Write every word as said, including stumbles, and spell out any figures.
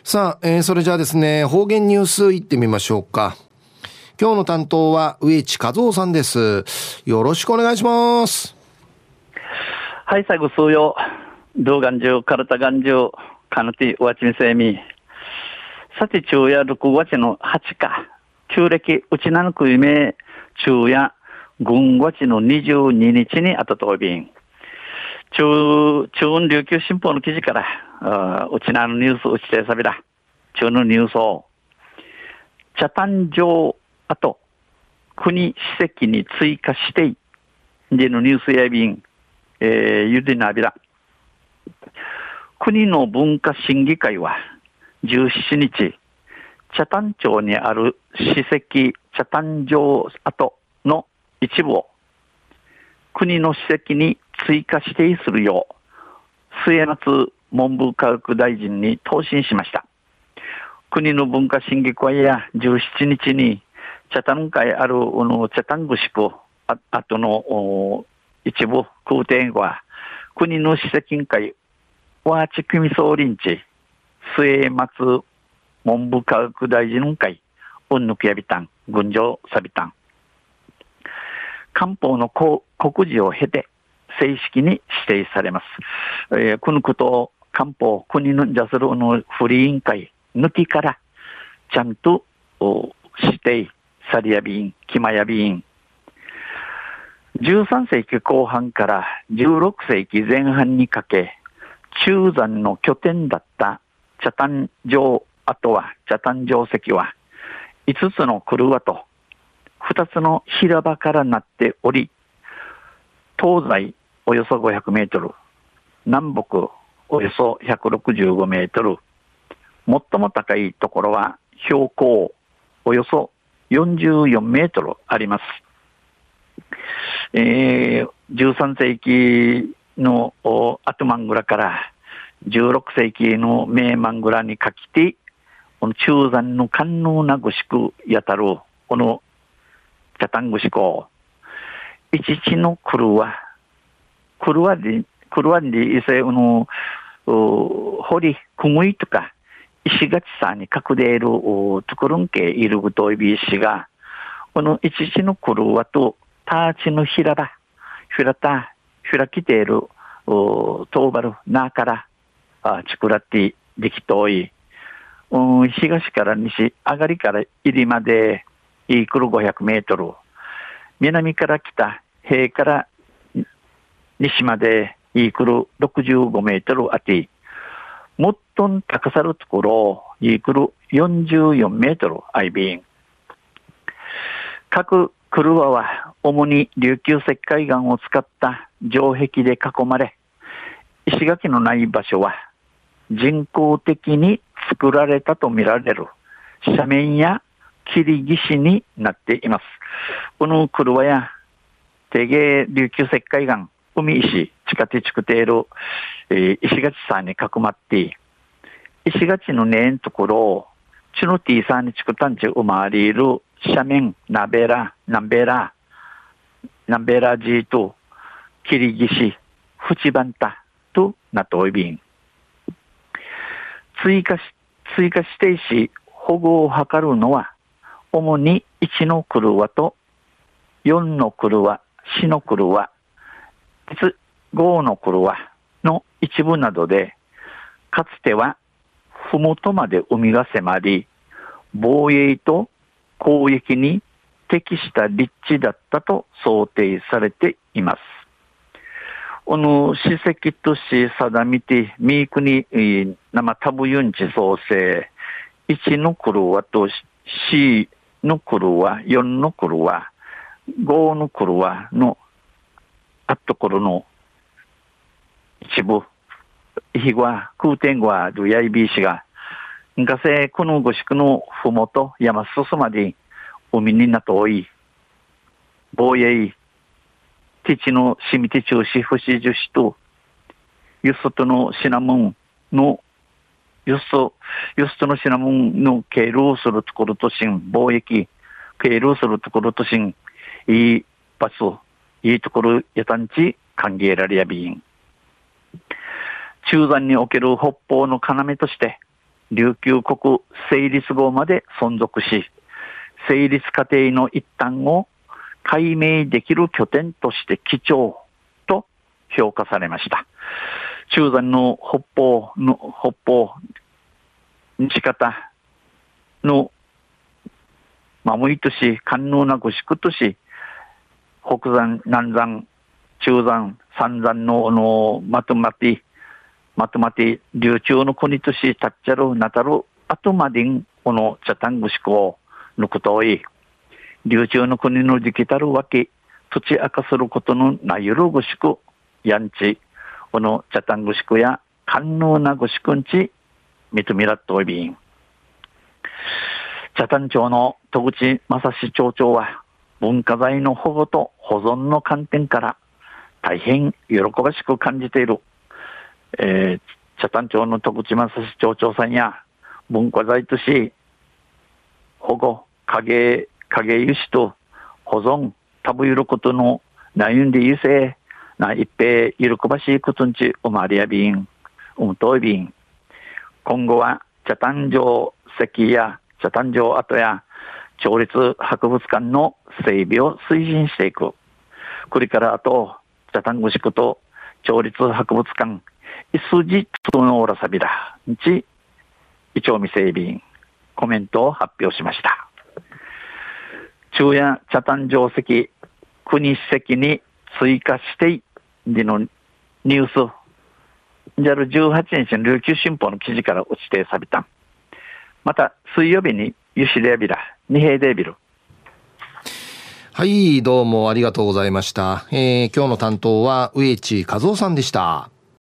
さあ、えー、それじゃあですね、方言ニュースいってみましょうか。今日の担当は植地和夫さんです。よろしくお願いします。 はい、最後数曜道元中カルタ元中カヌティウワチミセミさて昼夜ろくがつのはちか旧暦うちなぬくいめ昼夜軍がちのにじゅうににちにあたとびん中中雲琉球新報の記事からうちなぬニュースうちてさびら中のニュースを茶誕生あと国史跡に追加してでのニュースやびんえー、ゆでなびら国の文化審議会はじゅうしちにち茶誕町にある史跡茶誕生跡の一部を国の史跡に追加指定するよう末松文部科学大臣に答申しました。国の文化審議会やじゅうしちにちに茶誕会ある茶誕ぐしくあ後の一部空挺は国の史跡委員会はち組総臨地末松文部科学大臣会うんぬきやびたん群青さびたん官報の告示を経て正式に指定されます。えー、このことを官報国のジャスルのフリー委員会抜きからちゃんと指定されやびん決まやびんじゅうさんせいきこう半からじゅうろくせいきぜん半にかけ中山の拠点だった茶誕城跡は茶誕城跡はいつつの車とふたつの平場からなっており東西およそごひゃくメートル南北およそひゃくろくじゅうごメートル最も高いところは標高およそよんじゅうよんメートルあります。えー、じゅうさんせいきのアトマングラからじゅうろくせいきのメーマングラにかけてこの中山の官能なぐしくやたるこの茶炭ぐしこいちちのくるわくるわでくるわでいせのほりくぐいとか石垣さに隠れるところんけいるぐといびしがこのいちちのくるわとターチの平場、ひらた、ひらきている、トーバル、なから、あちくらってできとい、東から西、上がりから入りまで、いくるごひゃくメートル、南から北、平から西まで、いくるろくじゅうごメートルあて、もっとん高さるところ、いくるよんじゅうよんメートルあいびん。各車は主に琉球石灰岩を使った城壁で囲まれ、石垣のない場所は人工的に作られたとみられる斜面や切り岸になっています。この車や定芸琉球石灰岩、海石、地下鉄地ている、えー、石垣さんに囲まって、石垣のねんところをチュノティさんにちくたんちうまわりいる斜面、ナベラ、ナンベラ、ナンベラジーと、切り岸、フチバンタとなっておいびん。追加し、追加指定し、保護を図るのは、主にいちの車とよんの車、よんの車、ごの車の一部などで、かつては、ふもとまで海が迫り、防衛と攻撃に適した立地だったと想定されています。この史跡とし定めて、ミークに生タブユンチ創生、いちの車と C の車、よんの車、ごの車のあっところの一部、ひは空天はルヤイビーシが、がせこのごしくのふもと山すすまで海になとおい、防衛、ティチのしみて中しふしじゅしと、ユストのシナモンの、ユスト、ユストのシナモンの経路するところとしん、貿易、経路するところとしん、いい場所、いいところやたんち歓迎られやびん。中山における北方の要として、 琉球国成立後まで存続し、成立過程の一端を解明できる拠点として貴重と評価されました。中山の北方の北方西方の守りとし、寛容な御宿とし、北山、南山、中山、三山ののまとまってまとまって琉球の国とし、たっちゃるなたるあとまでんこの茶炭御宿を抜くとい、琉球の国の時期たるわけ、土地明かすることのないる御宿、やんち、この茶炭御宿や寛容な御宿んち、認めらっといびん。茶炭町の戸口正史町長は、文化財の保護と保存の観点から大変喜ばしく感じている。えー、茶炭町の戸口正史町長さんや文化財とし保護、影、影輸しと保存、食べることの悩んでゆせな一平喜ばしいことんちおまりやびん、うんといびん。今後は茶炭城跡や茶炭城跡や町立博物館の整備を推進していく。これからあと茶炭御宿と町立博物館いすじつのおらさびらんちいちょうみ整備員コメントを発表しました。昼夜茶炭城跡国史跡に追加してでのニュースじゃるじゅうはちにちの琉球新報の記事から落ちてさびた。また水曜日にユシレビラ二平デビル。 はい、どうもありがとうございました。えー、今日の担当は植地和夫さんでした。